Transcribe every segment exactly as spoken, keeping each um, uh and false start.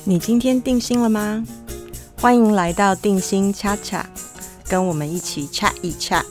你今天定心了吗？欢迎来到定心恰恰，跟我们一起 chat 一 chat。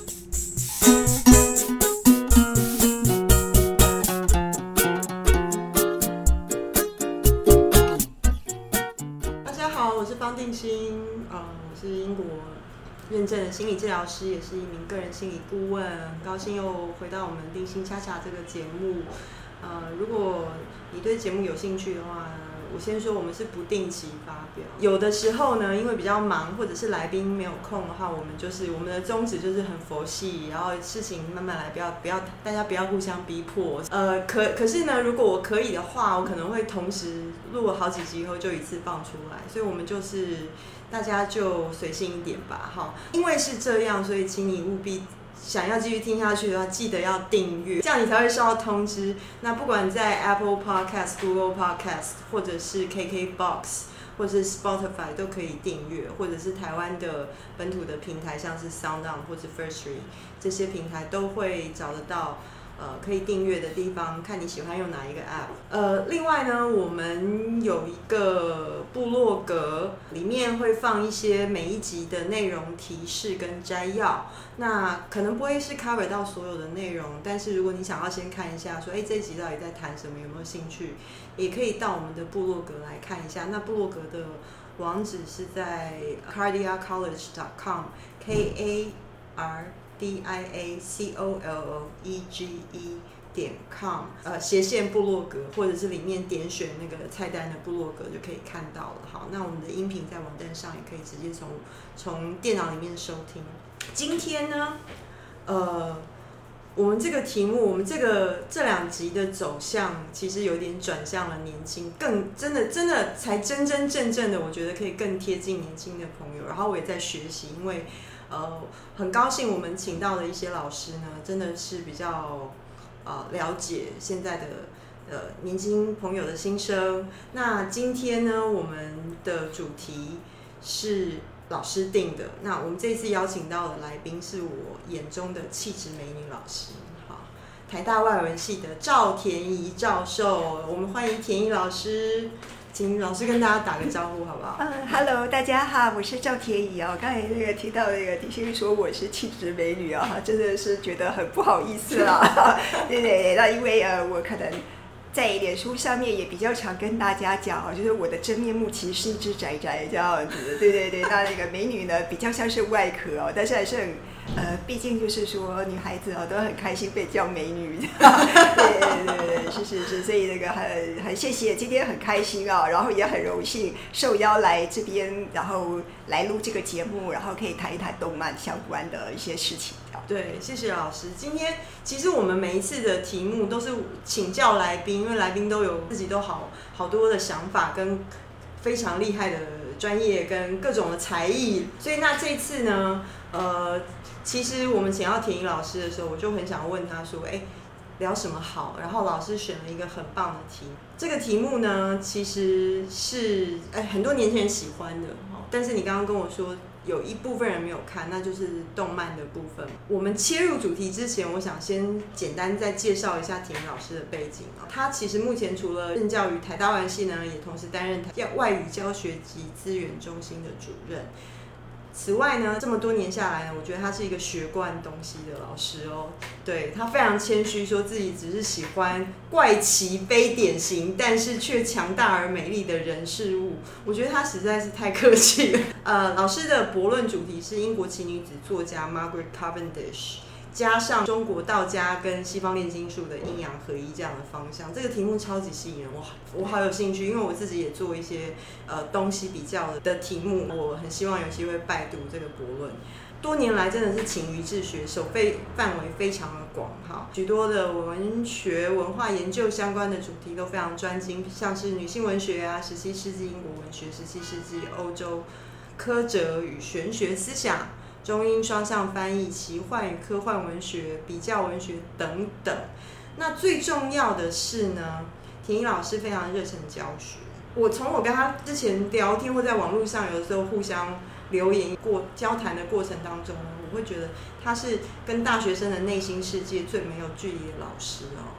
大家好，我是方定心，呃，我是英国认证的心理治疗师，也是一名个人心理顾问。很高兴又回到我们定心恰恰这个节目。呃，如果你对节目有兴趣的话，我先说我们是不定期发表。有的时候呢，因为比较忙，或者是来宾没有空的话，我们就是我们的宗旨就是很佛系，然后事情慢慢来，不要不要大家不要互相逼迫。呃，可可是呢，如果我可以的话，我可能会同时录了好几集以后就一次放出来，所以我们就是大家就随性一点吧，哈。因为是这样，所以请你务必想要继续听下去的话，记得要订阅，这样你才会收到通知。那不管在 Apple Podcast、Google Podcast 或者是 K K Box 或者是 Spotify 都可以订阅，或者是台湾的本土的平台，像是 SoundOn 或者 Firstory 这些平台都会找得到呃，可以订阅的地方，看你喜欢用哪一个 app。呃，另外呢，我们有一个部落格，里面会放一些每一集的内容提示跟摘要。那可能不会是 cover 到所有的内容，但是如果你想要先看一下，说，哎，这一集到底在谈什么，有没有兴趣，也可以到我们的部落格来看一下。那部落格的网址是在 cardia college dot com，K A R D I A C O L O E G E 点 com， 呃，斜线部落格，或者是里面点选那个菜单的部落格就可以看到了。好，那我们的音频在网站上也可以直接从从电脑里面收听。今天呢，呃，我们这个题目，我们这个这两集的走向，其实有点转向了年轻，更真的真的才真真正正的，我觉得可以更贴近年轻的朋友。然后我也在学习，因为呃，很高兴我们请到的一些老师呢，真的是比较呃了解现在的呃年轻朋友的心声。那今天呢，我们的主题是老师定的。那我们这次邀请到的来宾是我眼中的气质美女老师，好，台大外文系的赵田怡教授。我们欢迎田怡老师。请老师跟大家打个招呼好不好？ 嗯 ，Hello， 大家好，我是赵田怡哦。刚才那个提到那个底薪说我是气质美女啊、哦，真的是觉得很不好意思啦。对对对，那因为呃，我可能在脸书上面也比较常跟大家讲哦，就是我的真面目其实是一只宅宅这样子。对对对，那那个美女呢，比较像是外壳哦，但是还是很。呃，毕竟就是说，女孩子哦都很开心被叫美女，对对对对，是是是，所以那个很很谢谢，今天很开心啊、哦，然后也很荣幸受邀来这边，然后来录这个节目，然后可以谈一谈动漫相关的一些事情。 对，谢谢老师。今天其实我们每一次的题目都是请教来宾，因为来宾都有自己都好好多的想法跟非常厉害的专业跟各种的才艺，所以那这次呢，呃。其实我们请到田怡老师的时候，我就很想问他说：“哎，聊什么好？”然后老师选了一个很棒的题目。这个题目呢，其实是哎很多年轻人喜欢的，但是你刚刚跟我说有一部分人没有看，那就是动漫的部分。我们切入主题之前，我想先简单再介绍一下田怡老师的背景。他其实目前除了任教于台大外文系呢，也同时担任外语教学及资源中心的主任。此外呢，这么多年下来呢，我觉得他是一个学惯东西的老师哦。对，他非常谦虚，说自己只是喜欢怪奇非典型，但是却强大而美丽的人事物。我觉得他实在是太客气了。呃，老师的博论主题是英国奇女子作家 Margaret Cavendish。加上中国道家跟西方炼金术的阴阳合一这样的方向，这个题目超级吸引人，我我好有兴趣，因为我自己也做一些呃东西比较的题目，我很希望有机会拜读这个博论。多年来真的是勤于治学，手背范围非常的广哈，许多的文学文化研究相关的主题都非常专精，像是女性文学啊、十七世纪英国文学、十七世纪欧洲科哲与玄学思想。中英双向翻译、奇幻与科幻文学、比较文学等等。那最重要的是呢，田怡老师非常热忱教学。我从我跟他之前聊天或在网络上，有的时候互相留言过交谈的过程当中呢，我会觉得他是跟大学生的内心世界最没有距离的老师哦。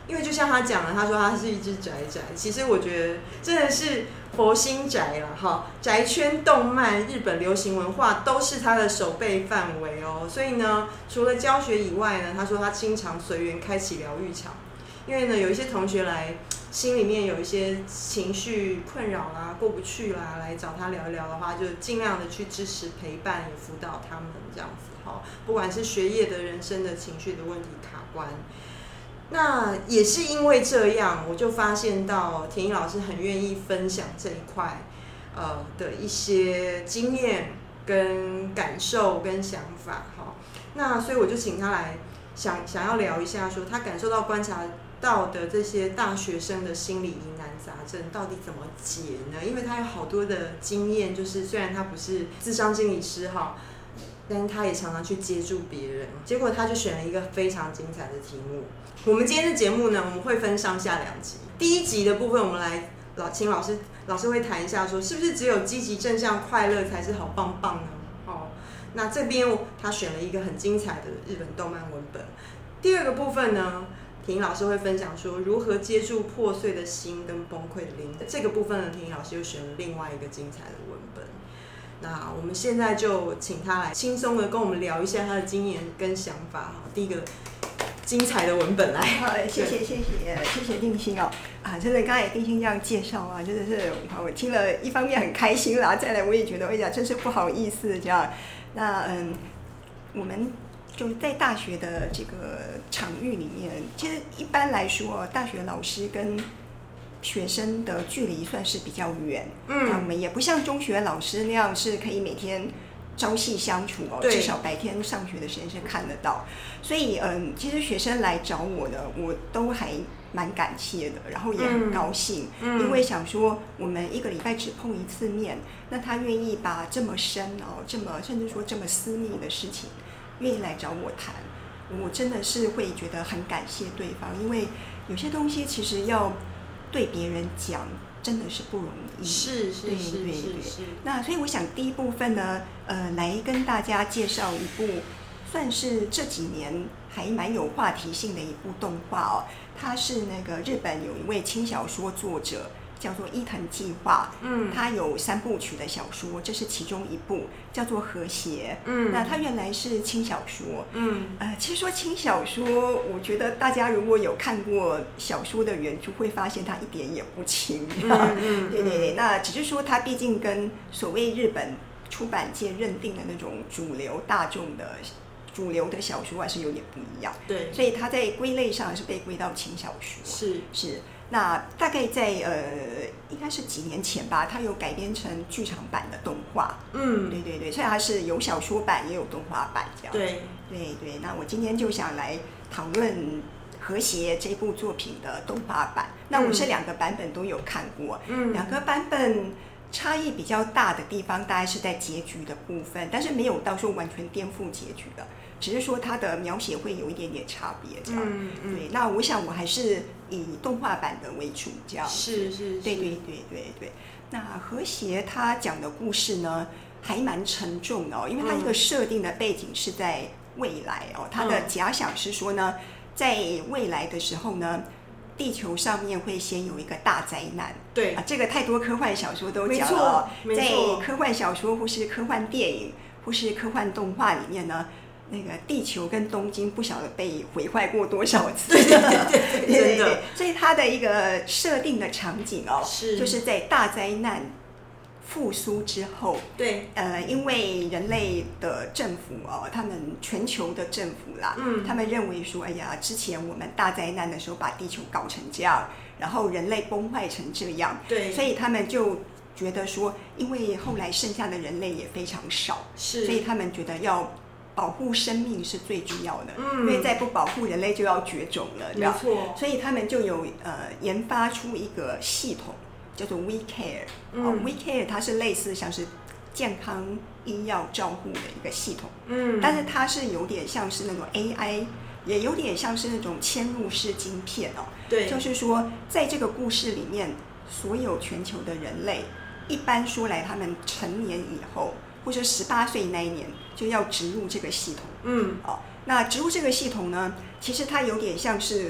因为就像他讲的，他说他是一只宅宅，其实我觉得真的是佛心宅啦，哈，宅圈、动漫、日本流行文化都是他的守备范围哦。所以呢，除了教学以外呢，他说他经常随缘开启疗愈场，因为呢有一些同学来，心里面有一些情绪困扰啦、过不去啦，来找他聊一聊的话，就尽量的去支持、陪伴、也辅导他们这样子哈。不管是学业的、人生的、情绪的问题卡关。那也是因为这样，我就发现到田一老师很愿意分享这一块，呃的一些经验跟感受跟想法哈。那所以我就请他来想想要聊一下，说他感受到观察到的这些大学生的心理疑难杂症到底怎么解呢？因为他有好多的经验，就是虽然他不是諮商心理师哈，但是他也常常去接触别人，结果他就选了一个非常精彩的题目。我们今天的节目呢，我们会分上下两集。第一集的部分，我们来老请老师老师会谈一下说，是不是只有积极正向快乐才是好棒棒呢？哦，那这边他选了一个很精彩的日本动漫文本。第二个部分呢，田老师会分享说如何接住破碎的心跟崩溃的灵。这个部分呢，田老师又选了另外一个精彩的文本。那我们现在就请他来轻松的跟我们聊一下他的经验跟想法。第一个精彩的文本来， 好，谢谢谢谢谢谢定心哦，啊，真的刚才定心这样介绍啊，真的是我听了一方面很开心啦，再来我也觉得哎呀真是不好意思这样。那嗯，我们就在大学的这个场域里面，其实一般来说，大学老师跟学生的距离算是比较远，嗯，那我们也不像中学老师那样是可以每天朝夕相处哦，至少白天上学的时间是看得到，所以嗯，其实学生来找我呢，我都还蛮感谢的，然后也很高兴，嗯嗯、因为想说我们一个礼拜只碰一次面，那他愿意把这么深哦，这么甚至说这么私密的事情，愿意来找我谈，我真的是会觉得很感谢对方，因为有些东西其实要对别人讲真的是不容易， 是是是是是。 那所以我想第一部分呢，呃，来跟大家介绍一部算是这几年还蛮有话题性的一部动画哦。它是那个日本有一位轻小说作者叫做伊藤计划，嗯，他有三部曲的小说，这是其中一部叫做《和谐》，嗯，那它原来是轻小说，嗯，呃，其实说轻小说，我觉得大家如果有看过小说的原著，会发现它一点也不轻，嗯嗯、对对对，那只是说它毕竟跟所谓日本出版界认定的那种主流大众的主流的小说还是有点不一样， 对， 所以它在归类上是被归到轻小说， 是是。那大概在呃，应该是几年前吧，它有改编成剧场版的动画。嗯，对对对，所以它是有小说版也有动画版这样。 对对对，那我今天就想来讨论《和谐》这部作品的动画版。那我是两个版本都有看过，嗯，两个版本差异比较大的地方，大概是在结局的部分，但是没有到说完全颠覆结局的。只是说它的描写会有一点点差别，这样。嗯嗯、对，那我想我还是以动画版的为主，这样。 是是是。 对对对对对。那和谐它讲的故事呢，还蛮沉重的哦，因为它一个设定的背景是在未来哦，它的假想是说呢，在未来的时候呢，地球上面会先有一个大灾难。 对啊，这个太多科幻小说都讲了，在科幻小说或是科幻电影或是科幻动画里面呢。那个地球跟东京不晓得被毁坏过多少次， 对对对对，真的。 所以它的一个设定的场景哦， 是就是在大灾难复苏之后， 对， 呃，因为人类的政府哦，他们全球的政府啦，嗯，他们认为说，哎呀，之前我们大灾难的时候把地球搞成这样，然后人类崩坏成这样， 对， 所以他们就觉得说，因为后来剩下的人类也非常少， 是， 所以他们觉得要保护生命是最重要的，嗯，因为再不保护人类就要绝种了， 没错。 所以他们就有呃研发出一个系统，叫做 We Care，嗯，哦 We Care 它是类似像是健康医药照护的一个系统，嗯，但是它是有点像是那种 A I， 也有点像是那种嵌入式晶片哦， 对， 就是说在这个故事里面，所有全球的人类，一般说来他们成年以后。或者十八岁那一年就要植入这个系统，嗯，哦，那植入这个系统呢，其实它有点像是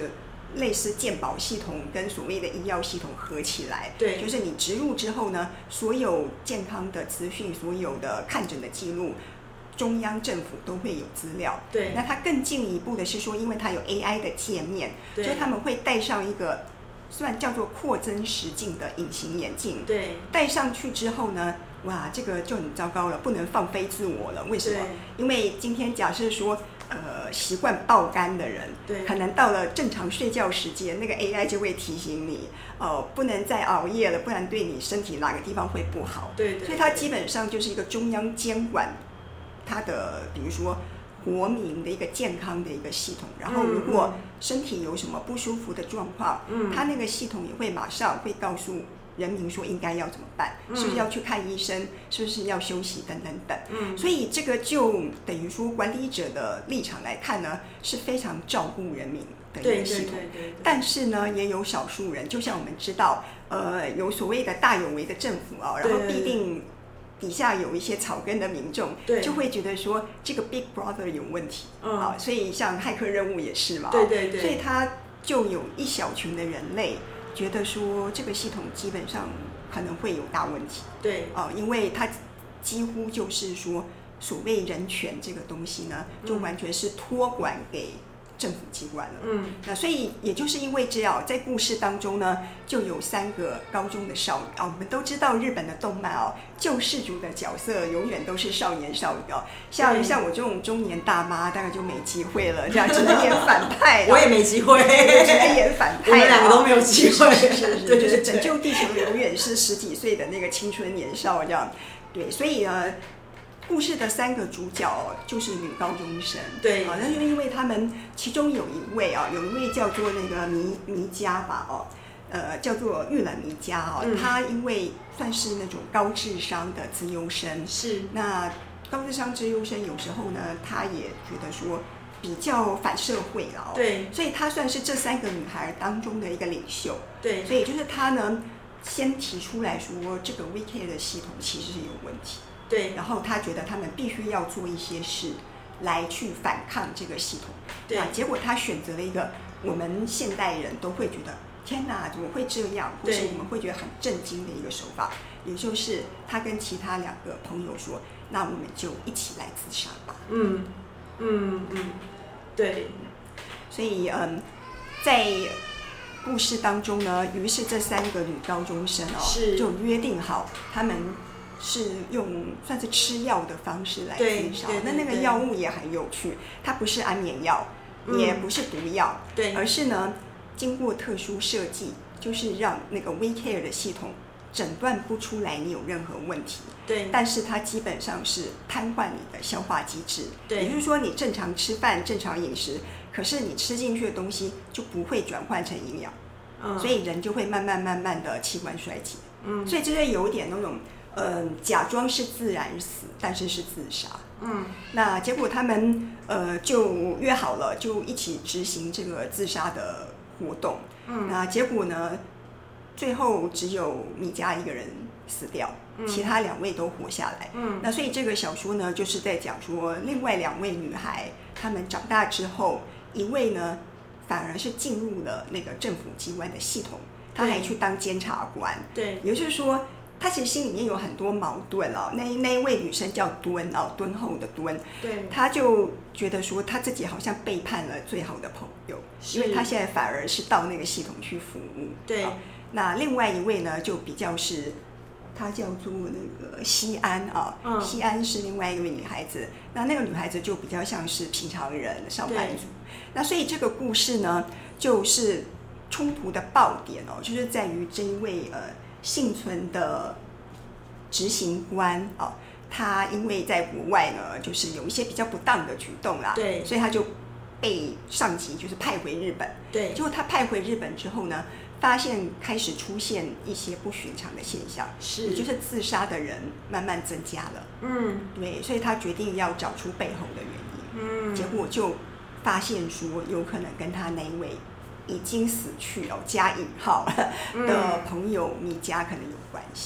类似健保系统跟所谓的医药系统合起来， 对， 就是你植入之后呢，所有健康的资讯，所有的看诊的记录，中央政府都会有资料。 对， 那它更进一步的是说，因为它有 A I 的界面，所以他们会戴上一个虽然叫做扩增实境的隐形眼镜， 对， 戴上去之后呢，哇，这个就很糟糕了，不能放飞自我了。为什么？因为今天假设说，呃，习惯爆肝的人， 对， 可能到了正常睡觉时间，那个 A I 就会提醒你，呃，不能再熬夜了，不然对你身体哪个地方会不好。 对， 对， 对， 所以它基本上就是一个中央监管它的，比如说国民的一个健康的一个系统。然后如果身体有什么不舒服的状况，嗯，它那个系统也会马上会告诉人民说应该要怎么办，嗯，是不是要去看医生，是不是要休息等等等。嗯，所以这个就等于说管理者的立场来看呢，是非常照顾人民的一个系统。 对对对对对， 但是呢，也有少数人，就像我们知道，呃，有所谓的大有为的政府啊，然后必定底下有一些草根的民众，就会觉得说这个 Big Brother 有问题，嗯，啊，所以像骇客任务也是嘛， 对对对， 所以他就有一小群的人类觉得说这个系统基本上可能会有大问题， 对， 啊，因为它几乎就是说所谓人权这个东西呢，就完全是托管给政府机关了。嗯，那所以也就是因为这样，在故事当中呢，就有三个高中的少女啊。我们都知道日本的动漫哦，救世主的角色永远都是少年少女哦。像像我这种中年大妈，大概就没机会了，这样只能演反派。 我也没机会， 只能演反派。 我们两个都没有机会。 是是是，就是拯救地球永远是十几岁的那个青春年少这样。对，所以呢。故事的三个主角就是女高中生， 对， 啊，那就因为他们其中有一位啊，有一位叫做那个弥弥迦吧，哦，呃，叫做玉兰弥迦哦，嗯，她因为算是那种高智商的资优生， 是， 那高智商资优生有时候呢，她也觉得说比较反社会了，哦， 对， 所以她算是这三个女孩当中的一个领袖， 对， 所以就是她呢先提出来说，这个 V K 的系统其实是有问题。 对， 然后他觉得他们必须要做一些事来去反抗这个系统。 对， 啊，结果他选择了一个我们现代人都会觉得天哪，怎么会这样？或是我们会觉得很震惊的一个手法，也就是他跟其他两个朋友说：“那我们就一起来自杀吧。” 嗯嗯嗯，对。 所以嗯，在故事当中呢，于是这三个女高中生哦，就约定好他们。是用算是吃药的方式来自杀，那那个药物也很有趣，它不是安眠药，嗯，也不是毒药， 对， 而是呢经过特殊设计，就是让那个 V Care 的系统诊断不出来你有任何问题， 对， 但是它基本上是瘫痪你的消化机制， 对， 也就是说你正常吃饭、正常饮食，可是你吃进去的东西就不会转换成营养，嗯，所以人就会慢慢慢慢的器官衰竭，嗯，所以这就有点那种。嗯，假装是自然死，但是是自杀。嗯，那结果他们呃就约好了，就一起执行这个自杀的活动。嗯，那结果呢，最后只有米迦一个人死掉，嗯，其他两位都活下来。嗯，那所以这个小说呢，就是在讲说，另外两位女孩，她们长大之后，一位呢反而是进入了那个政府机关的系统，她还去当监察官。 对， 也就是说。她其实心里面有很多矛盾哦，那那一位女生叫敦哦，敦厚的敦， 对， 她就觉得说她自己好像背叛了最好的朋友，因为她现在反而是到那个系统去服务。 对， 哦，那另外一位呢，就比较是，她叫做那个西安啊，哦嗯，西安是另外一位女孩子，那那个女孩子就比较像是平常人，上班族。那所以这个故事呢，就是冲突的爆点哦，就是在于这一位呃。幸存的执行官哦，他因为在国外呢，就是有一些比较不当的举动啦， 对， 所以他就被上级就是派回日本。 对， 结果他派回日本之后呢，发现开始出现一些不寻常的现象， 是， 也就是自杀的人慢慢增加了。嗯，对，所以他决定要找出背后的原因。嗯，结果就发现说，有可能跟他那一位。已经死去哦，加引号的朋友米迦可能有关系。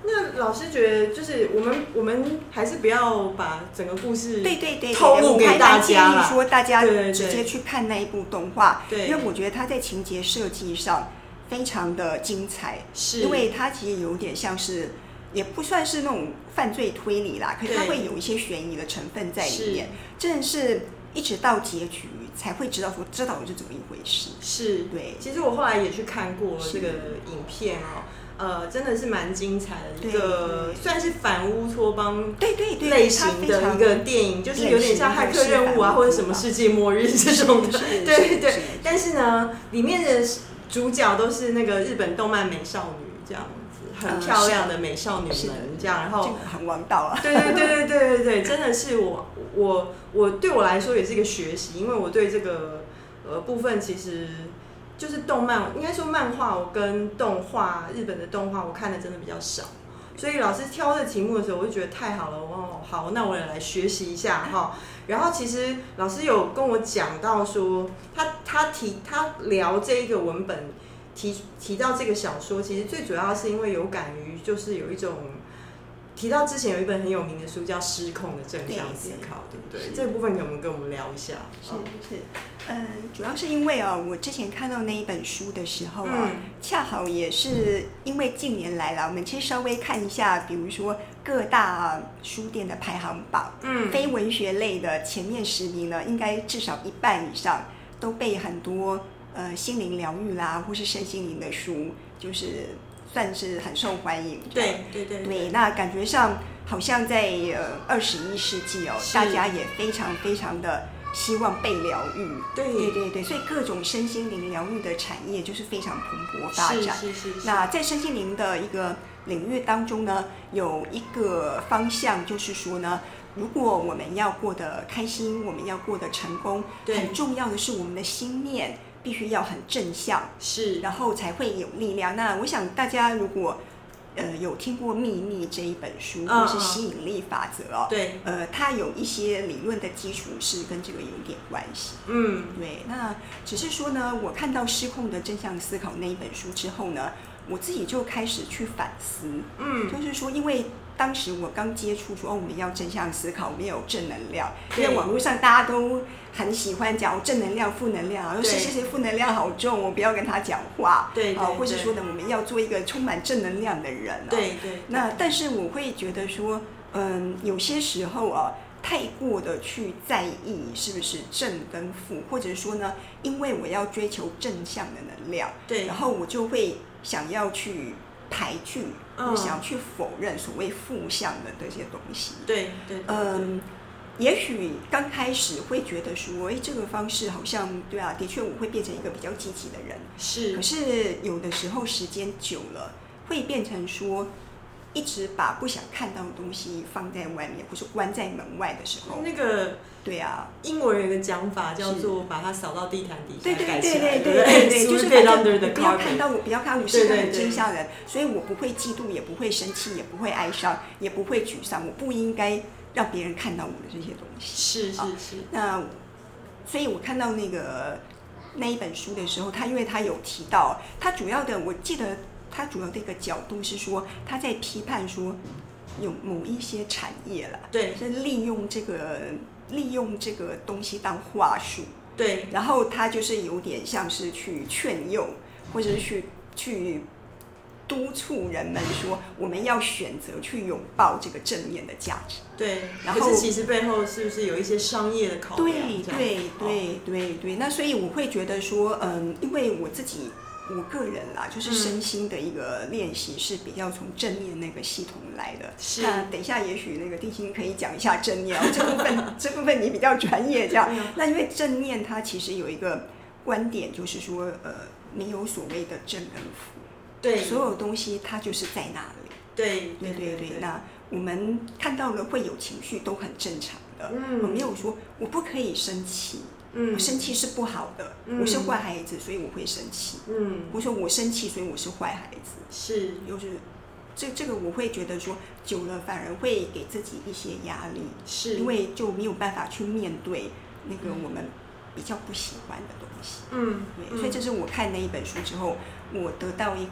那老师觉得，就是我们我们还是不要把整个故事对对对透露给大家啦。 我还蛮建议说大家对对对直接去看那一部动画， 对， 因为我觉得它在情节设计上非常的精彩， 是因为它其实有点像是，也不算是那种犯罪推理啦，可是它会有一些悬疑的成分在里面，真的是一直到结局才会知道说这到底是怎么一回事。 是， 对。 其实我后来也去看过这个影片哦。呃，真的是蛮精彩的一个，算是反乌托邦类型的一个电影，就是有点像骇客任务啊，或者什么世界末日这种的，对对。但是呢，里面的主角都是那个日本动漫美少女这样子，很漂亮的美少女们这样，然后很王道啊。 对对对对对对对，真的是我我我对我来说也是一个学习，因为我对这个呃部分其实。就是动漫，应该说漫画，我跟动画，日本的动画我看的真的比较少，所以老师挑这题目的时候，我就觉得太好了，哦，好，那我也来学习一下哈。然后其实老师有跟我讲到说，他他提他聊这一个文本，提提到这个小说，其实最主要是因为有感于就是有一种。提到之前有一本很有名的书叫《失控的正向思考》，对不对？这个部分可不可以跟我们聊一下？ 是是，嗯，主要是因为啊，我之前看到那一本书的时候啊，嗯、恰好也是因为近年来啦，我们其实稍微看一下，比如说各大书店的排行榜，嗯，非文学类的前面十名呢，应该至少一半以上都被很多呃心灵疗愈啦，或是身心灵的书，就是。算是很受欢迎， 对对 对, 对, 对，那感觉上好像在呃二十一世纪哦，大家也非常非常的希望被疗愈， 对对对对，所以各种身心灵疗愈的产业就是非常蓬勃发展。 是是 是, 是。 那在身心灵的一个领域当中呢，有一个方向就是说呢，如果我们要过得开心，我们要过得成功，很重要的是我们的心念。必须要很正向， 是， 然后才会有力量。那我想大家如果呃有听过《秘密》这一本书， 嗯、 或是吸引力法则哦， 对， 呃，它有一些理论的基础是跟这个有点关系。 嗯， 对。那只是说呢，我看到《失控的正向思考》那一本书之后呢，我自己就开始去反思，嗯，就是说，因为当时我刚接触说，哦，我们要正向思考，我们要有正能量，因为网络上大家都很喜欢讲正能量、负能量，说谁谁谁负能量好重，我不要跟他讲话， 对， 啊，或者说呢，我们要做一个充满正能量的人，啊， 对对。 那但是我会觉得说，嗯，有些时候啊，太过的去在意是不是正跟负，或者说呢，因为我要追求正向的能量， 对， 然后我就会想要去排拒，嗯，想要去否认所谓负向的这些东西， 对对， 嗯。也许刚开始会觉得说，哎，这个方式好像对啊，的确我会变成一个比较积极的人。 是。 可是有的时候时间久了，会变成说，一直把不想看到的东西放在外面，或是关在门外的时候。 那个。 对啊， 英文有一个讲法叫做把它扫到地毯底下盖起来， 对对对对对，就是反正不要看到我，不要看我是个很正向人，所以我不会嫉妒，也不会生气，也不会哀伤，也不会沮丧，我不应该让别人看到我的这些东西。是是是。 那所以我看到那个那一本书的时候，他因为他有提到，他主要的我记得他主要的一个角度是说，他在批判说有某一些产业啦， 对， 是利用这个。利用这个东西当话术， 对， 然后他就是有点像是去劝诱，或者是去去督促人们说，我们要选择去拥抱这个正面的价值。 对，然后可是其实背后是不是有一些商业的考量？ 对对对对对，那所以我会觉得说，嗯，因为我自己。我个人啦，就是身心的一个练习是比较从正念那个系统来的。 是。 那等一下，也许那个定心可以讲一下正念哦，这部分这部分你比较专业，这样。那因为正念它其实有一个观点，就是说，呃，没有所谓的正跟负。 对。 所有东西它就是在那里。 对对对 对, 对。那我们看到了会有情绪都很正常的。嗯。我没有说我不可以生气。嗯，我生气是不好的，嗯，我是坏孩子，所以我会生气。嗯，我说我生气，所以我是坏孩子。 是， 就是这这个我会觉得说，久了反而会给自己一些压力， 是因为就没有办法去面对那个我们比较不喜欢的东西。嗯，对，所以这是我看那一本书之后，我得到一个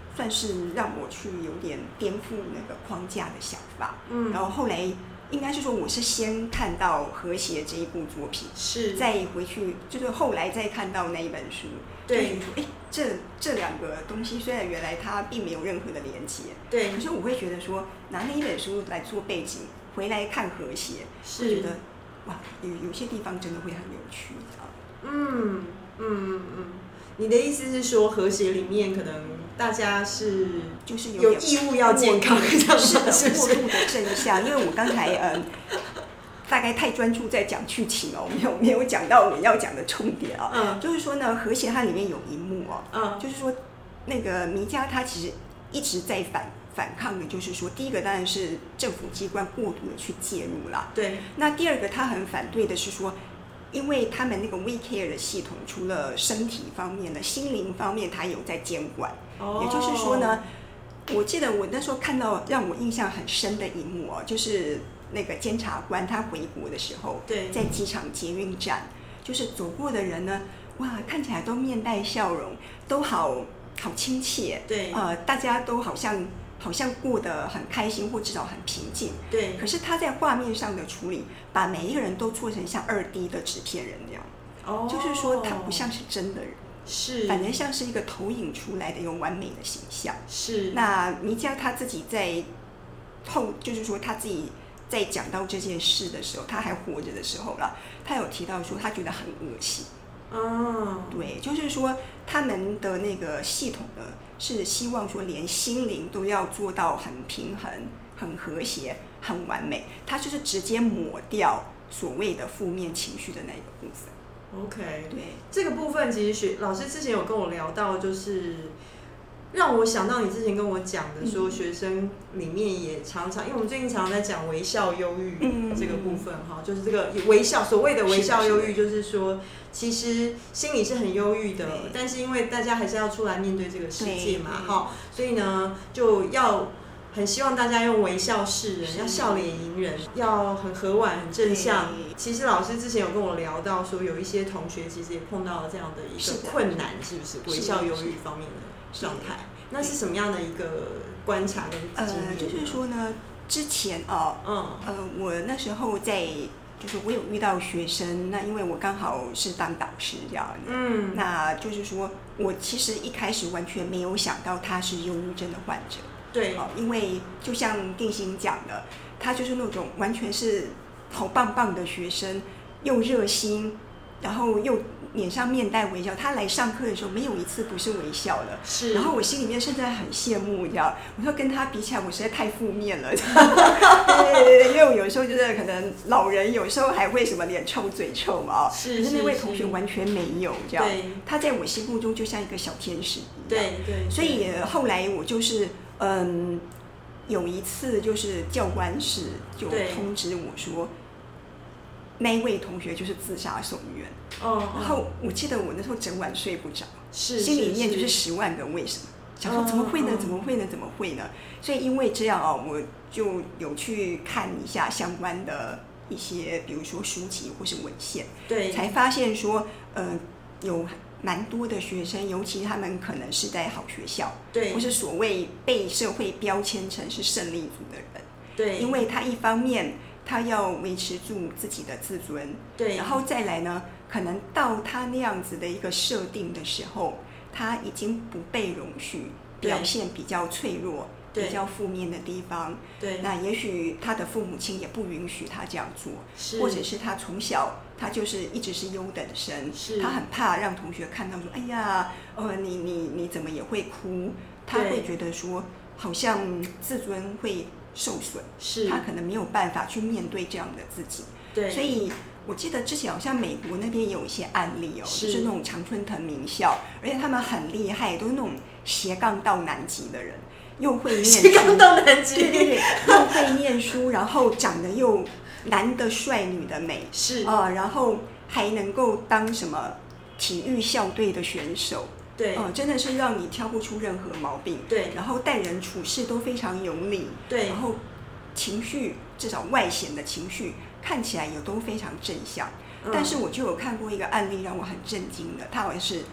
算是让我去有点颠覆那个框架的想法。 嗯， 然后后来应该是说，我是先看到《和谐》这一部作品， 是再回去，就是后来再看到那一本书， 对， 就觉得说，哎，这这两个东西虽然原来它并没有任何的连接， 对， 可是我会觉得说，拿那一本书来做背景，回来看《和谐》，是觉得哇，有有些地方真的会很有趣，这样。 嗯嗯嗯，你的意思是说，和谐里面可能大家是就是有义务要健康， 是的，过度的正向。因为我刚才嗯，大概太专注在讲剧情哦，没有没有讲到我要讲的重点啊、哦。 嗯， 就是说呢，和谐它里面有一幕哦， 嗯， 就是说那个弥迦他其实一直在反反抗的，就是说，第一个当然是政府机关过度的去介入啦， 对。那第二个他很反对的是说。因为他们那个 WeCare 的系统，除了身体方面的，心灵方面，它有在监管。 哦、 也就是说呢，我记得我那时候看到让我印象很深的一幕哦，就是那个监察官他回国的时候， 对， 在机场捷运站，就是走过的人呢，哇，看起来都面带笑容，都好好亲切， 对， 呃，大家都好像。好像过得很开心，或至少很平静。 对。 可是他在画面上的处理，把每一个人都做成像二 D 的纸片人那样。哦。就是说，他不像是真的人， 是。 反而像是一个投影出来的一个完美的形象。 是。 那弥迦他自己在后，就是说他自己在讲到这件事的时候，他还活着的时候了，他有提到说他觉得很恶心。 嗯。对， 就是说他们的那个系统呢。是希望说连心灵都要做到很平衡、很和谐、很完美，它就是直接抹掉所谓的负面情绪的那一个部分。 OK， 对， 这个部分其实学老师之前有跟我聊到，就是让我想到你之前跟我讲的，说学生里面也常常，因为我们最近常常在讲微笑忧郁这个部分哈、嗯，就是这个微笑，所谓的微笑忧郁，就是说。其实心里是很忧郁的，但是因为大家还是要出来面对这个世界嘛，哈，所以呢，就要很希望大家用微笑示人，要笑脸迎人，要很和婉、很正向。其实老师之前有跟我聊到说，有一些同学其实也碰到了这样的一个困难，是不是？微笑忧郁方面的状态，那是什么样的一个观察跟经验？ 呃，就是说呢，之前哦，嗯，呃，我那时候在。就是我有遇到学生，那因为我刚好是当导师这样，嗯，那就是说我其实一开始完全没有想到他是忧郁症的患者， 对， 哦，因为就像定心讲的，他就是那种完全是好棒棒的学生，又热心，然后又脸上面带微笑，他来上课的时候没有一次不是微笑的， 是。 然后我心里面甚至很羡慕，你知道，我说跟他比起来，我实在太负面了。对对对，因为我有时候觉得可能老人有时候还会什么脸臭嘴臭嘛， 是。 可是那位同学完全没有这样， 对， 他在我心目中就像一个小天使一样。 对对。 所以后来我就是嗯，有一次就是教官室就通知我说。那一位同学就是自杀送医院，哦，然后我记得我那时候整晚睡不着， 是心里面就是十万个为什么，想说怎么会呢？怎么会呢？怎么会呢？所以因为这样哦，我就有去看一下相关的一些，比如说书籍或是文献， 对， 才发现说，呃，有蛮多的学生，尤其他们可能是在好学校， 对， 或是所谓被社会标签成是胜利组的人， 对， 因为他一方面。他要维持住自己的自尊， 对， 然后再来呢，可能到他那样子的一个设定的时候，他已经不被容许表现比较脆弱、比较负面的地方。 对， 那也许他的父母亲也不允许他这样做，或者是他从小他就是一直是优等生，他很怕让同学看到说，哎呀，呃，你你你怎么也会哭？他会觉得说，好像自尊会。受损， 是他可能没有办法去面对这样的自己， 对， 所以我记得之前好像美国那边也有一些案例哦，是就是那种常春藤名校，而且他们很厉害，都是那种斜杠到南极的人，又会念书， 斜杠到南极， 对对对，又会念书，然后长得又男的帅，女的美， 是啊、呃，然后还能够当什么体育校队的选手。 对， 嗯，真的是让你挑不出任何毛病。 对， 然后待人处事都非常有理。 对， 然后情绪至少外显的情绪看起来也都非常正向。嗯、但是我就有看过一个案例让我很震惊的，他好像是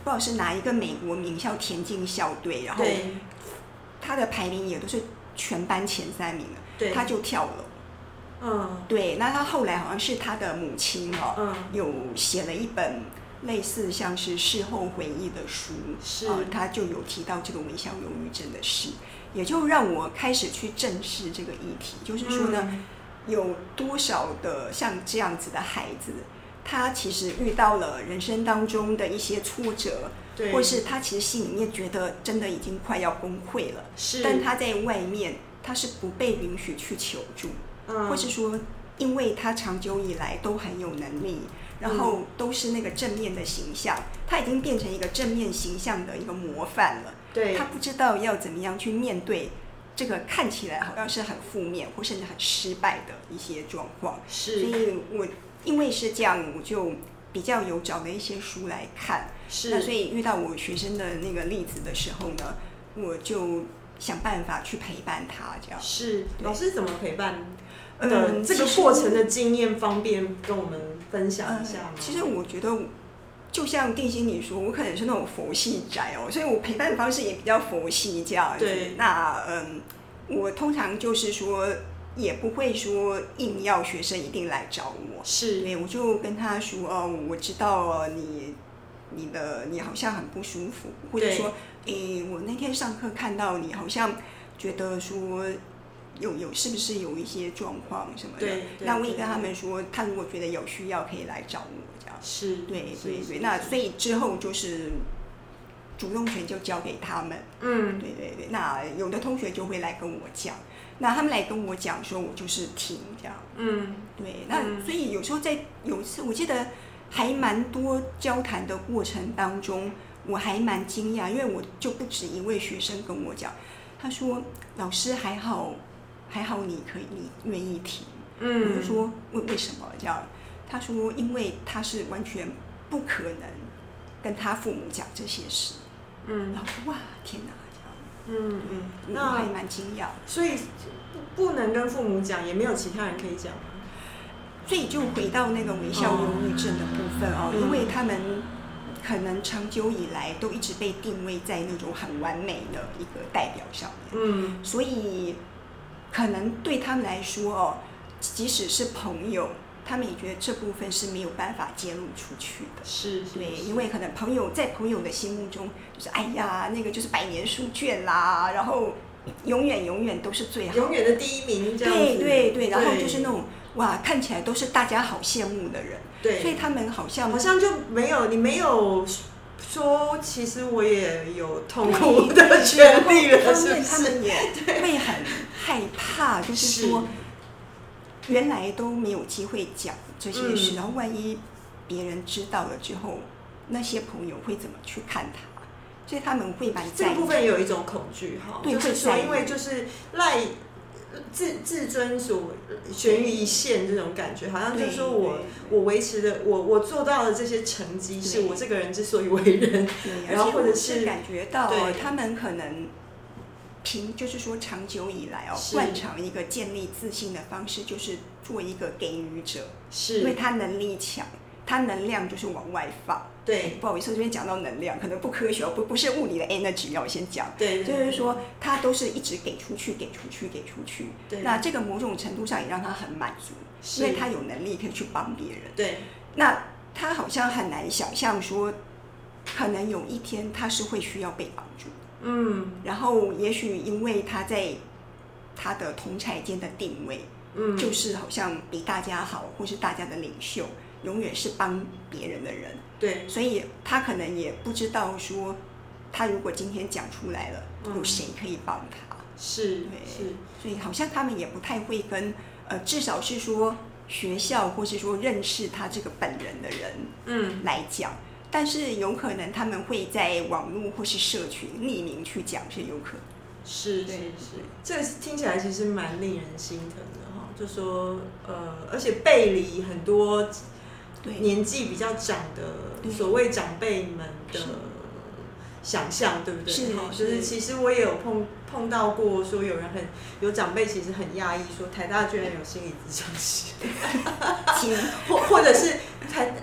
不知道是哪一个美国名校田径校队，然后他的排名也都是全班前三名的，他就跳楼。嗯，对，那他后来好像是他的母亲哦，嗯、有写了一本类似像是事后回忆的书，是、呃，他就有提到这个微笑忧郁症的事，也就让我开始去正视这个议题，就是说呢，嗯、有多少的像这样子的孩子，他其实遇到了人生当中的一些挫折，或是他其实心里面觉得真的已经快要崩溃了，是，但他在外面他是不被允许去求助。嗯、或是说因为他长久以来都很有能力，然后都是那个正面的形象，他已经变成一个正面形象的一个模范了，对，他不知道要怎么样去面对这个看起来好像是很负面或甚至很失败的一些状况，是，所以我因为是这样，我就比较有找了一些书来看，是，那所以遇到我学生的那个例子的时候呢，我就想办法去陪伴他，这样。 是，老师怎么陪伴的这个过程的经验，方便跟我们分享一下吗？ 呃、其实我觉得，就像定心你说，我可能是那种佛系宅哦，所以我陪伴的方式也比较佛系这样子。对，那嗯，我通常就是说，也不会说硬要学生一定来找我，是，对，我就跟他说哦，我知道你你的你好像很不舒服，或者说，诶，我那天上课看到你好像觉得说。有有是不是有一些状况什么的？对，那我也跟他们说，他如果觉得有需要，可以来找我这样。是，对对对。那所以之后就是主动权就交给他们。嗯，对对对。那有的同学就会来跟我讲，那他们来跟我讲说，我就是听这样。嗯，对。那、嗯、所以有时候在有一次，我记得还蛮多交谈的过程当中，我还蛮惊讶，因为我就不止一位学生跟我讲，他说：“老师还好。”还好你可以，你愿意听。嗯，我就说为为什么这样？他说，因为他是完全不可能跟他父母讲这些事。嗯，然后哇，天哪，这样。嗯嗯，那我还蛮惊讶。 所以不能跟父母讲，也没有其他人可以讲吗？ 所以就回到那个微笑忧郁症的部分哦，嗯、因为他们可能长久以来都一直被定位在那种很完美的一个代表上面。嗯，所以。可能对他们来说哦，即使是朋友，他们也觉得这部分是没有办法揭露出去的。是，是对，因为可能朋友在朋友的心目中，就是哎呀，那个就是百年书卷啦，然后永远永远都是最好的， 永远的第一名这样子。 对对对，然后就是那种哇，看起来都是大家好羡慕的人。对，所以他们好像好像就没有你没有。说其实我也有痛苦的权利了，是不是？ 他们也会很害怕，就是说原来都没有机会讲这些事，嗯、然后万一别人知道了之后，那些朋友会怎么去看他？所以他们会蛮这个部分也有一种恐惧哈，就是说因为就是赖。自自尊所悬于一线这种感觉，好像就是说我我维持的我我做到的这些成绩，是我这个人之所以为人， 然后或者是感觉到他们可能凭就是说长久以来哦，惯常一个建立自信的方式，就是做一个给予者，是因为他能力强，他能量就是往外放。对，不好意思，这边讲到能量，可能不科学，不不是物理的 energy， 要我先讲。对，就是说他都是一直给出去，给出去，给出去。对，那这个某种程度上也让他很满足，因为他有能力可以去帮别人。对，那他好像很难想象说，可能有一天他是会需要被帮助。嗯，然后也许因为他在他的同侪间的定位，嗯，就是好像比大家好，或是大家的领袖。永远是帮别人的人，对，所以他可能也不知道说，他如果今天讲出来了，有谁可以帮他？是，对，是，所以好像他们也不太会跟，呃，至少是说学校或是说认识他这个本人的人，嗯，来讲，但是有可能他们会在网络或是社群匿名去讲，是有可能。 是是是，这个听起来其实蛮令人心疼的哈，就说呃，而且背离很多。年纪比较长的所谓长辈们的想象，对不对？是，就是其实我也有碰碰到过，说有人很有长辈其实很讶异，说台大居然有心理咨商师，或或者是台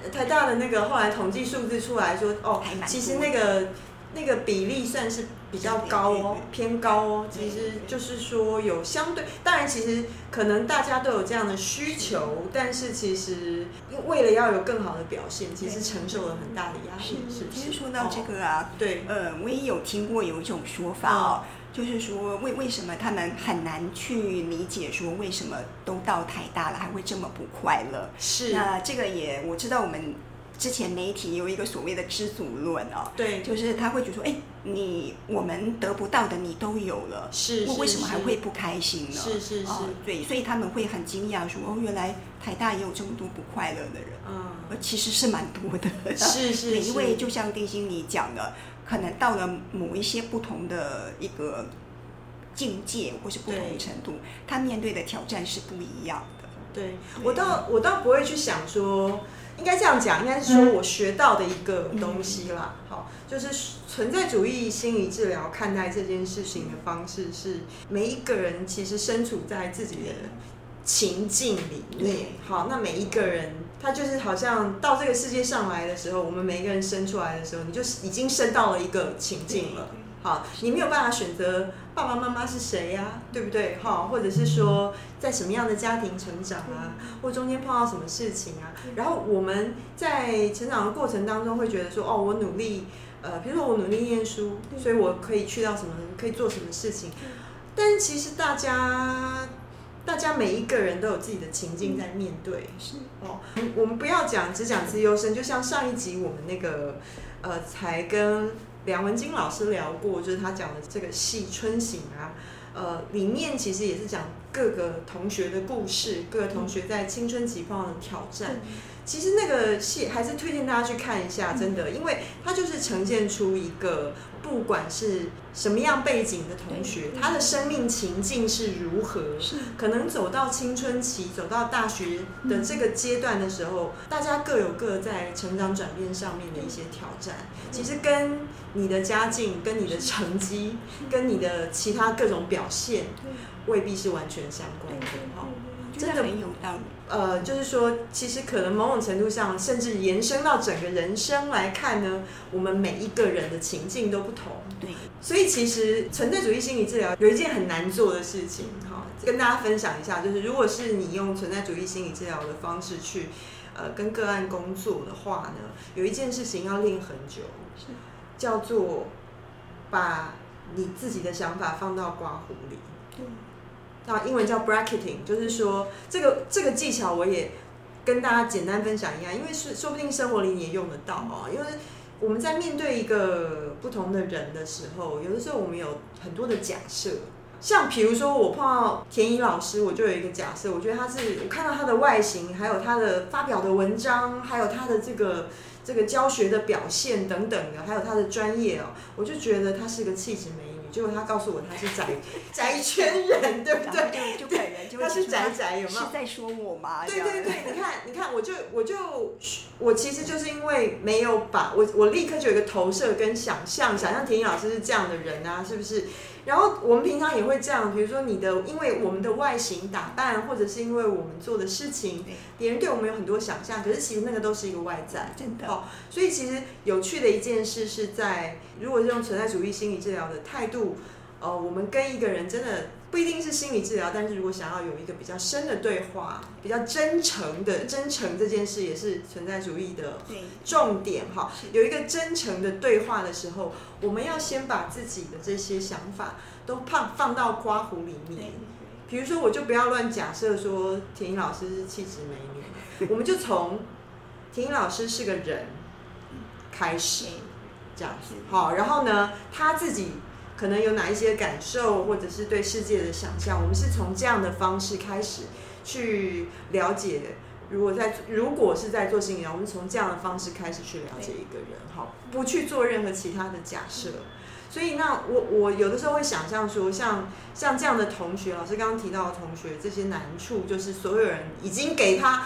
台大的那个后来统计数字出来说，哦，其实那个那个比例算是比较高哦，偏高哦。其实就是说有相对，当然其实可能大家都有这样的需求，但是其实为了要有更好的表现，其实承受了很大的压力。是， 其实说到这个啊， 哦、对， 呃，我也有听过有一种说法哦。嗯，就是说为为什么他们很难去理解说为什么都到台大了还会这么不快乐？ 是， 那这个也我知道我们之前媒体有一个所谓的知足论哦， 对， 就是他会觉得说，哎，你我们得不到的你都有了， 是， 为什么还会不开心呢？ 是是是、哦， 对，所以他们会很惊讶说，哦，原来台大也有这么多不快乐的人，嗯，其实是蛮多的， 是是， 因为就像丁心你讲的。可能到了某一些不同的一个境界或是不同程度，他面对的挑战是不一样的。 对，我倒我倒不会去想说，应该这样讲，应该是说我学到的一个东西啦。嗯、好，就是存在主义心理治疗看待这件事情的方式是，每一个人其实身处在自己的情境里面。好，那每一个人。他就是好像到这个世界上来的时候，我们每一个人生出来的时候，你就已经生到了一个情境了。好，你没有办法选择爸爸妈妈是谁呀、啊，对不对？好，或者是说在什么样的家庭成长啊，或中间碰到什么事情啊。然后我们在成长的过程当中会觉得说，哦，我努力，呃，比如说我努力念书，所以我可以去到什么，可以做什么事情。但是其实大家。大家每一个人都有自己的情境在面对，是哦。我们不要讲只讲资优生，就像上一集我们那个呃，才跟梁文金老师聊过，就是他讲的这个戏《春醒》啊，呃，里面其实也是讲各个同学的故事，各个同学在青春期碰到的挑战。嗯、其实那个戏还是推荐大家去看一下，真的，因为它就是呈现出一个。不管是什么样背景的同学，他的生命情境是如何，可能走到青春期、走到大学的这个阶段的时候，大家各有各在成长转变上面的一些挑战，其实跟你的家境、跟你的成绩、跟你的其他各种表现，未必是完全相关的。哈， 真的很有道理。 呃，就是说，其实可能某种程度上，甚至延伸到整个人生来看呢，我们每一个人的情境都不同。 对， 所以其实存在主义心理治疗有一件很难做的事情，哈，跟大家分享一下，就是如果是你用存在主义心理治疗的方式去，呃，跟个案工作的话呢，有一件事情要练很久，是叫做把你自己的想法放到刮胡里。对。那英文叫 bracketing， 就是说这个这个技巧我也跟大家简单分享一下，因为是说不定生活里你也用得到哦。因为我们在面对一个不同的人的时候，有的时候我们有很多的假设，像比如说我碰到田怡老师，我就有一个假设，我觉得他是我看到他的外形，还有他的发表的文章，还有他的这个这个教学的表现等等的，还有他的专业哦，我就觉得他是个气质美女。结果他告诉我他是宅宅圈人，对不对？ 就就本人就他是宅宅，有没有？ 是在说我吗？ 对对对，你看你看，我就我就我其实就是因为没有把我我立刻就有一个投射跟想象，想象田怡老师是这样的人啊，是不是？然后我们平常也会这样，比如说你的，因为我们的外形打扮，或者是因为我们做的事情，别人对我们有很多想象，可是其实那个都是一个外在， 真的。 哦，所以其实有趣的一件事是在，如果是用存在主义心理治疗的态度，呃，我们跟一个人真的不一定是心理治疗，但是如果想要有一个比较深的对话，比较真诚的真诚这件事也是存在主义的重点哈。有一个真诚的对话的时候，我们要先把自己的这些想法都放放到刮胡里面。比如说，我就不要乱假设说田怡老师是气质美女，我们就从田怡老师是个人开始，这样子好。然后呢，他自己可能有哪一些感受，或者是对世界的想象，我们是从这样的方式开始去了解。如果在如果是在做心理疗，我们从这样的方式开始去了解一个人，好，不去做任何其他的假设。所以那我我有的时候会想象说，像像这样的同学，老师刚刚提到的同学，这些难处就是所有人已经给他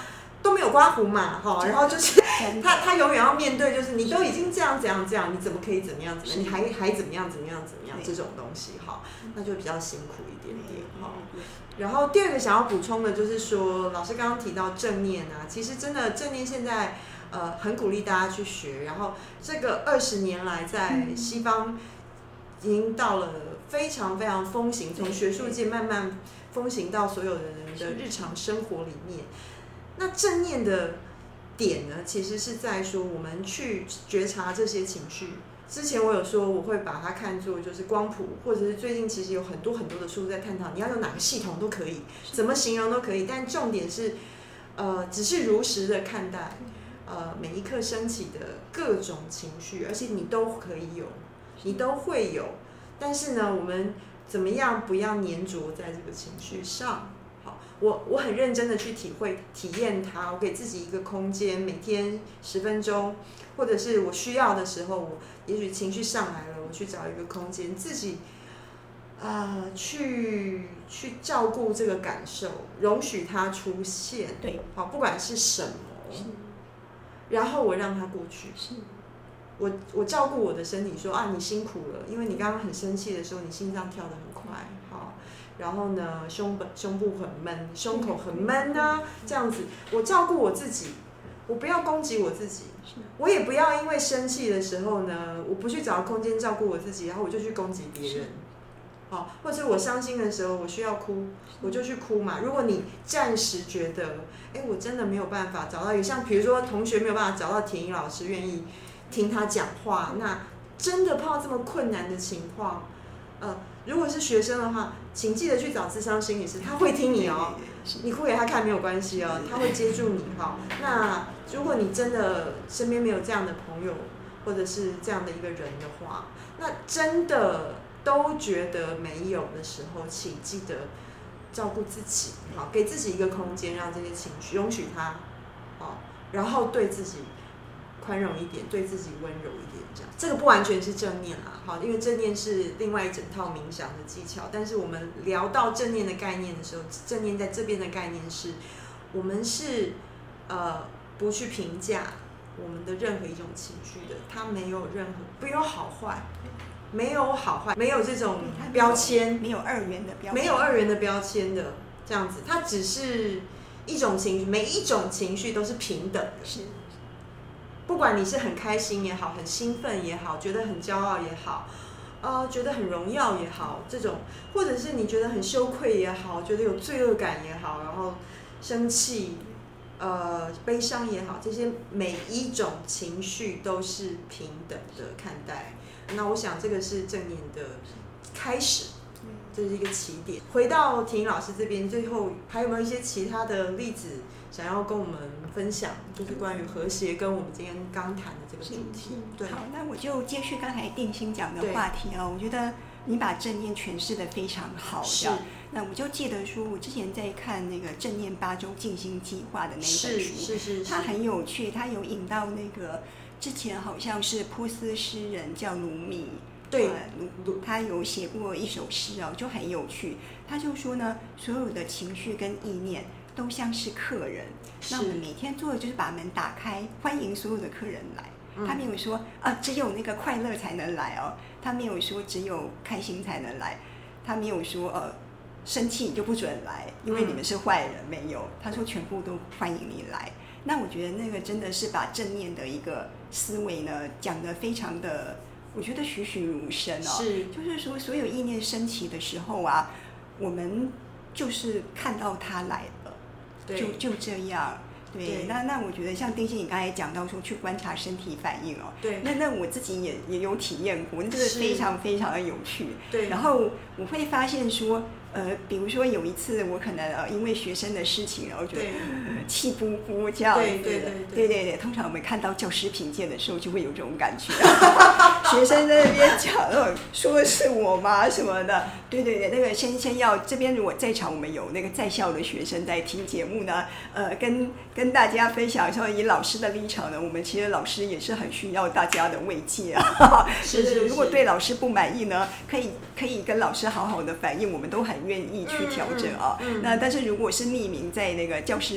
都没有刮胡嘛，哈，然后就是他他永远要面对，就是你都已经这样这样这样，你怎么可以怎么样怎么样，你还还怎么样怎么样怎么样这种东西，哈，那就比较辛苦一点点，哈。然后第二个想要补充的就是说，老师刚刚提到正念啊，其实真的正念现在呃很鼓励大家去学，然后这个二十年来在西方已经到了非常非常风行，从学术界慢慢风行到所有的人的日常生活里面。那正念的点呢，其实是在说我们去觉察这些情绪。之前我有说我会把它看作就是光谱，或者是最近其实有很多很多的书在探讨，你要用哪个系统都可以，怎么形容都可以，但重点是，呃，只是如实的看待，呃，每一刻升起的各种情绪，而且你都可以有，你都会有，但是呢，我们怎么样不要黏着在这个情绪上？好，我我很认真的去体会、体验它，我给自己一个空间，每天十分钟。或者是我需要的时候，我也许情绪上来了，我去找一个空间，自己啊、呃、去去照顾这个感受，容许它出现。 对， 好，不管是什么，然后我让它过去。 是， 我我照顾我的身体，说啊，你辛苦了，因为你刚刚很生气的时候，你心脏跳得很快，好，然后呢，胸本胸部很闷，胸口很闷啊，这样子，我照顾我自己。我不要攻击我自己，我也不要因为生气的时候呢，我不去找空间照顾我自己，然后我就去攻击别人，好，或者我伤心的时候，我需要哭，我就去哭嘛。如果你暂时觉得，哎，我真的没有办法找到，有像比如说同学没有办法找到田一老师愿意听他讲话，那真的碰到这么困难的情况，呃，如果是学生的话，请记得去找諮商心理师，他会听你哦。你哭给他看没有关系哦，他会接住你哈。那如果你真的身边没有这样的朋友，或者是这样的一个人的话，那真的都觉得没有的时候，请记得照顾自己，好，给自己一个空间，让这些情绪容许它，好，然后对自己宽容一点，对自己温柔一点，这样。这个不完全是正念啦，好，因为正念是另外一整套冥想的技巧。但是我们聊到正念的概念的时候，正念在这边的概念是，我们是呃不去评价我们的任何一种情绪的，它没有任何没有好坏，没有好坏，没有这种标签， 没有二元的标签， 没有二元的标签的这样子，它只是一种情绪，每一种情绪都是平等的。 是。 不管你是很开心也好，很兴奋也好，觉得很骄傲也好，呃，觉得很荣耀也好，这种，或者是你觉得很羞愧也好，觉得有罪恶感也好，然后生气，呃，悲伤也好，这些每一种情绪都是平等的看待。那我想这个是正念的开始，这是一个起点。回到婷老师这边，最后还有没有一些其他的例子想要跟我们分享，就是关于和谐跟我们今天刚谈的这个主题？对， 好，那我就接续刚才定心讲的话题哦。我觉得你把正念诠释得非常好，是。那我就记得说，我之前在看那个《正念八周静心计划》的那一本书， 是是是， 它很有趣，它有引到那个之前好像是波斯诗人叫鲁米。 对， 他有写过一首诗哦，就很有趣。他就说呢，所有的情绪跟意念都像是客人，那我们每天做的就是把门打开，欢迎所有的客人来。嗯、他没有说啊，只有那个快乐才能来哦，他没有说只有开心才能来，他没有说呃生气就不准来，因为你们是坏人，嗯、没有。他说全部都欢迎你来。那我觉得那个真的是把正念的一个思维呢讲得非常的。我觉得栩栩如生哦， 是， 就是说，所有意念升起的时候啊，我们就是看到它来了，就就这样。对，对那那我觉得像丁心你刚才讲到说去观察身体反应哦， 对， 那那我自己也也有体验过，这个非常非常的有趣。 对， 然后我会发现说。呃，比如说有一次我可能呃因为学生的事情，然后觉得气呼呼这样子， 对对对 对, 对对对，通常我们看到教师评鉴的时候就会有这种感觉，学生在那边讲，说的是我吗什么的，对对对，那个先先要这边如果在场我们有那个在校的学生在听节目呢，呃，跟跟大家分享说以老师的立场呢，我们其实老师也是很需要大家的慰藉啊， 是是是， 如果对老师不满意呢，可以可以跟老师好好的反映，我们都很愿意去调整啊、哦嗯嗯。那但是如果是匿名在那个教师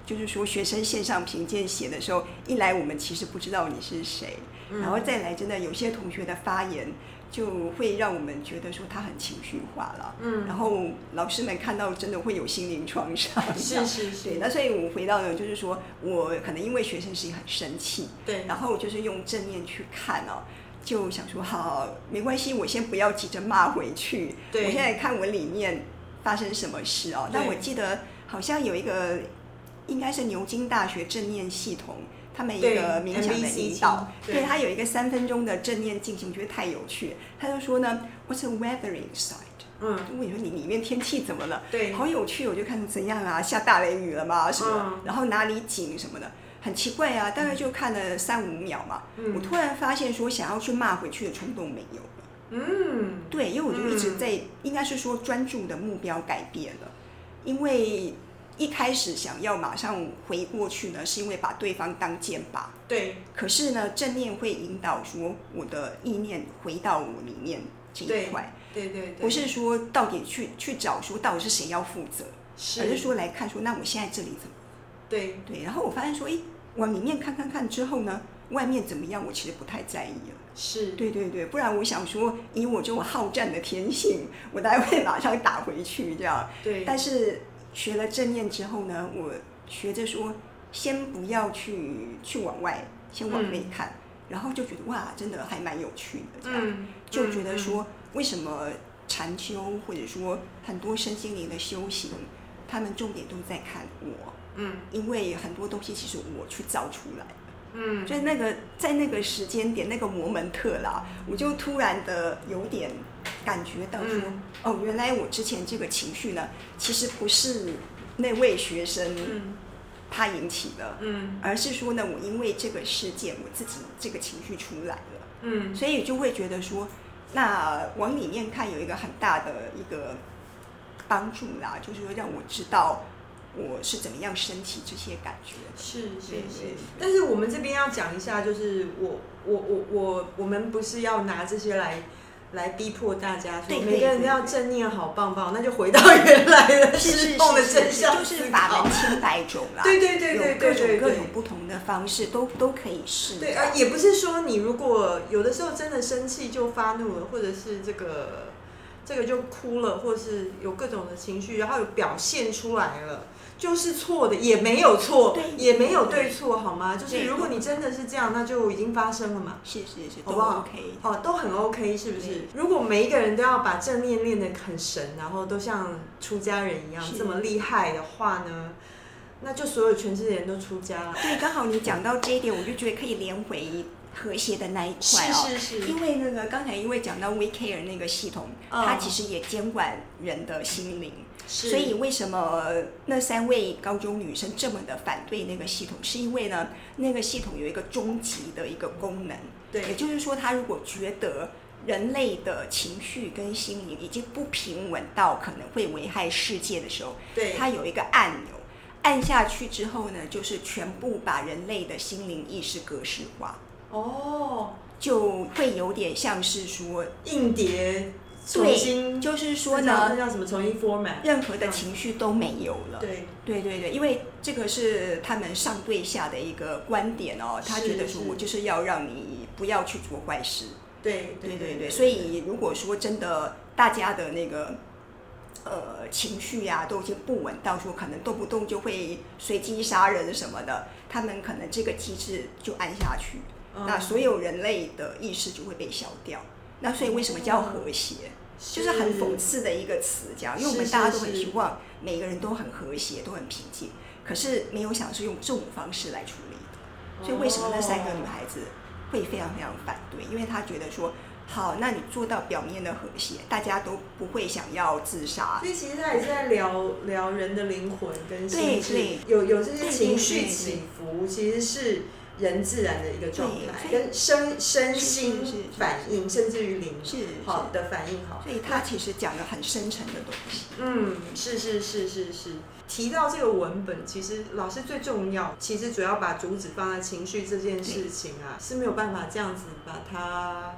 就是说学生线上评鉴写的时候，一来我们其实不知道你是谁，嗯、然后再来真的有些同学的发言就会让我们觉得说他很情绪化了，嗯，然后老师们看到真的会有心灵创伤， 是是是， 对，那所以我回到了就是说我可能因为学生时期很生气， 对， 然后就是用正念去看哦，就想说好没关系，我先不要急着骂回去，对，我现在看我里面发生什么事哦，但我记得好像有一个应该是牛津大学正念系统。他们一个冥想的引导，对, 对他有一个三分钟的正念进行，我觉得太有趣。他就说呢 ，What's the weather inside？ 嗯，我问你说你里面天气怎么了？对，好有趣，我就看怎样啊，下大雷雨了吗？什么？嗯、然后哪里紧什么的，很奇怪啊。大概就看了三五秒嘛，嗯、我突然发现说想要去骂回去的冲动没有了。嗯，对，因为我就一直在，嗯、应该是说专注的目标改变了，因为。一开始想要马上回过去呢，是因为把对方当箭靶。对。可是呢，正念会引导说我的意念回到我里面这一块。对对 对, 对。不是说到底去去找说到底是谁要负责，是而是说来看说那我现在这里怎么？对对。然后我发现说，哎，往里面看看看之后呢，外面怎么样，我其实不太在意了。是。对对对，不然我想说，以我这种好战的天性，我大概会马上打回去这样。对。但是。学了正念之后呢，我学着说，先不要去去往外，先往内看，嗯、然后就觉得哇，真的还蛮有趣的，这样、嗯、就觉得说，为什么禅修或者说很多身心灵的修行，他们重点都在看我，嗯，因为很多东西其实我去造出来的，嗯，所以那个在那个时间点，那个摩门特啦，我就突然的有点。感觉到说、嗯、哦，原来我之前这个情绪呢，其实不是那位学生他引起的，嗯，而是说呢，我因为这个事件，我自己这个情绪出来了，嗯，所以就会觉得说，那往里面看有一个很大的一个帮助啦，就是说让我知道我是怎么样升起这些感觉的。是是是。 但是我们这边要讲一下，就是我我我我我们不是要拿这些来。来逼迫大家说，每个人都要正念好棒棒，那就回到原来的失控的真相， 就是法门千百种啦。对对对对对对，有各种各种不同的方式都都可以试。 对啊，也不是说你如果有的时候真的生气就发怒了，或者是这个这个就哭了，或是有各种的情绪，然后有表现出来了。就是错的，也没有错，也没有对错，好吗？就是如果你真的是这样，那就已经发生了嘛。 是是是， 好不好？哦，都很 OK， 是不是？如果每一个人都要把正念练得很神，然后都像出家人一样这么厉害的话呢，那就所有全世界人都出家了。 对，刚好你讲到这一点，我就觉得可以连回和谐的那一块哦。是是是。因为那个刚才因为讲到 We Care 那个系统，嗯、它其实也监管人的心灵。所以为什么那三位高中女生这么的反对那个系统，是因为呢那个系统有一个终极的一个功能，对，也就是说他如果觉得人类的情绪跟心灵已经不平稳到可能会危害世界的时候，对，他有一个按钮，按下去之后呢，就是全部把人类的心灵意识格式化，哦，就会有点像是说硬碟。对， 就是说呢， 那叫什么？重新 format， 任何的情绪都没有了。对，对对对，因为这个是他们上对下的一个观点哦。他觉得说我就是要让你不要去做坏事。对对对对，所以如果说真的大家的那个呃情绪呀、啊、都已经不稳到说可能动不动就会随机杀人什么的，他们可能这个机制就按下去，嗯、那所有人类的意识就会被消掉。那所以为什么叫和谐？就是很讽刺的一个词，这样，因为我们大家都很希望每个人都很和谐，都很平静，可是没有想是用这种方式来处理的。所以为什么那三个女孩子会非常非常反对？因为她觉得说，好，那你做到表面的和谐，大家都不会想要自杀。 所以其实她也是在聊聊人的灵魂跟心智，有有这些情绪起伏，其实是。人自然的一个状态，跟身身心反应，甚至于灵好的反应好， 所以他其实讲了很深沉的东西。 嗯，是是是是是。提到这个文本，其实老师最重要，其实主要把主旨放在情绪这件事情啊，是没有办法这样子把它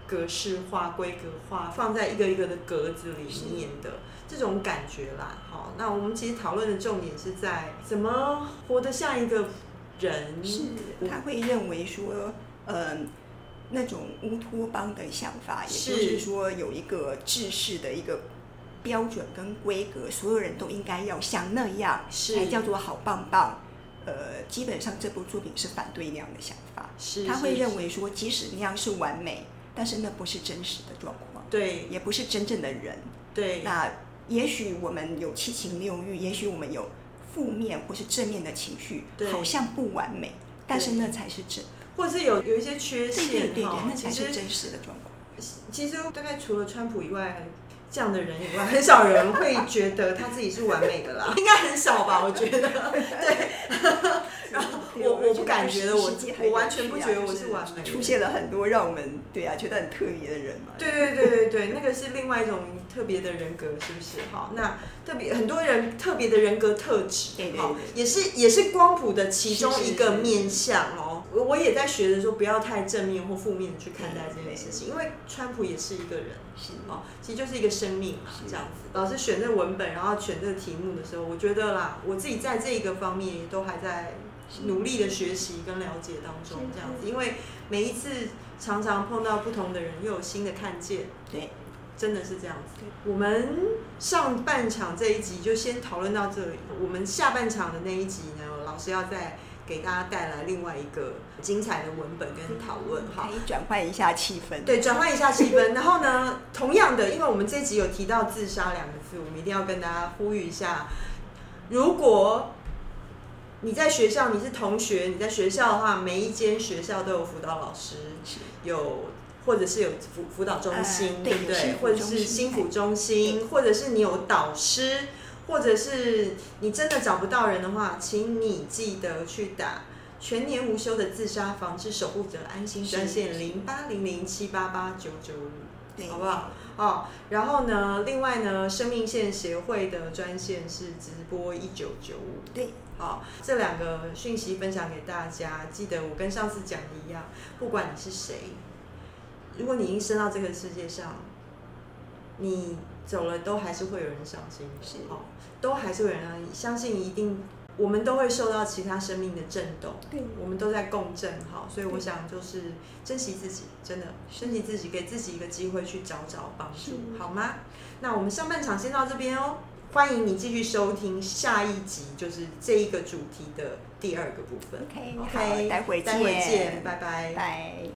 格式化、规格化，放在一个一个的格子里面的这种感觉啦。好，那我们其实讨论的重点是在怎么活得像一个人。 是，他会认为说，嗯。那种乌托邦的想法，也就是说有一个制式的一个标准跟规格，所有人都应该要像那样，才叫做好棒棒。呃，基本上这部作品是反对那样的想法。 是， 他会认为说，即使那样是完美，但是那不是真实的状况， 对， 也不是真正的人。 对， 那也许我们有七情六欲，也许我们有负面或是正面的情绪，好像不完美，但是那才是真。 或者是有有一些缺陷， 对对对对，那才是真实的状况。 其实大概除了川普以外，这样的人以外，很少人会觉得他自己是完美的啦，应该很少吧？我觉得，对。然后我我不感觉得我我完全不觉得我是完美的， 出现了很多让我们对啊觉得很特别的人嘛。 对对对对对，那个是另外一种特别的人格，是不是？好，那特别很多人特别的人格特质， 对对对， 也是也是光谱的其中一个面向哦。我也在学着说，不要太正面或负面去看待这件事情，因为川普也是一个人， 是哦，其实就是一个生命嘛，这样子。老师选这个文本，然后选这个题目的时候，我觉得啦，我自己在这一个方面也都还在努力的学习跟了解当中，这样子。因为每一次常常碰到不同的人，又有新的看见， 对， 真的是这样子。我们上半场这一集就先讨论到这里，我们下半场的那一集呢，老师要再给大家带来另外一个精彩的文本跟讨论，哈， 可以转换一下气氛。 对，转换一下气氛。然后呢，同样的，因为我们这集有提到自杀两个字，我们一定要跟大家呼吁一下：如果你在学校，你是同学，你在学校的话，每一间学校都有辅导老师，有或者是有辅辅导中心，呃、对不对？或者是心辅中心，或者是你有导师。或者是你真的找不到人的话，请你记得去打全年无休的自杀防治守护者安心专线零八零零七八八九九五，好不好？哦，然后呢，另外呢，生命线协会的专线是直播一九九五， 对， 好，这两个讯息分享给大家。记得我跟上次讲的一样，不管你是谁，如果你已经生到这个世界上，你走了都还是会有人伤心，是哦，都还是会有人相信，一定我们都会受到其他生命的震动，对，我们都在共振，好，所以我想就是珍惜自己，真的珍惜自己，给自己一个机会去找找帮助，好吗？那我们上半场先到这边哦，欢迎你继续收听下一集，就是这一个主题的第二个部分。 OK， 好，待会见， 待会见，拜拜， 拜。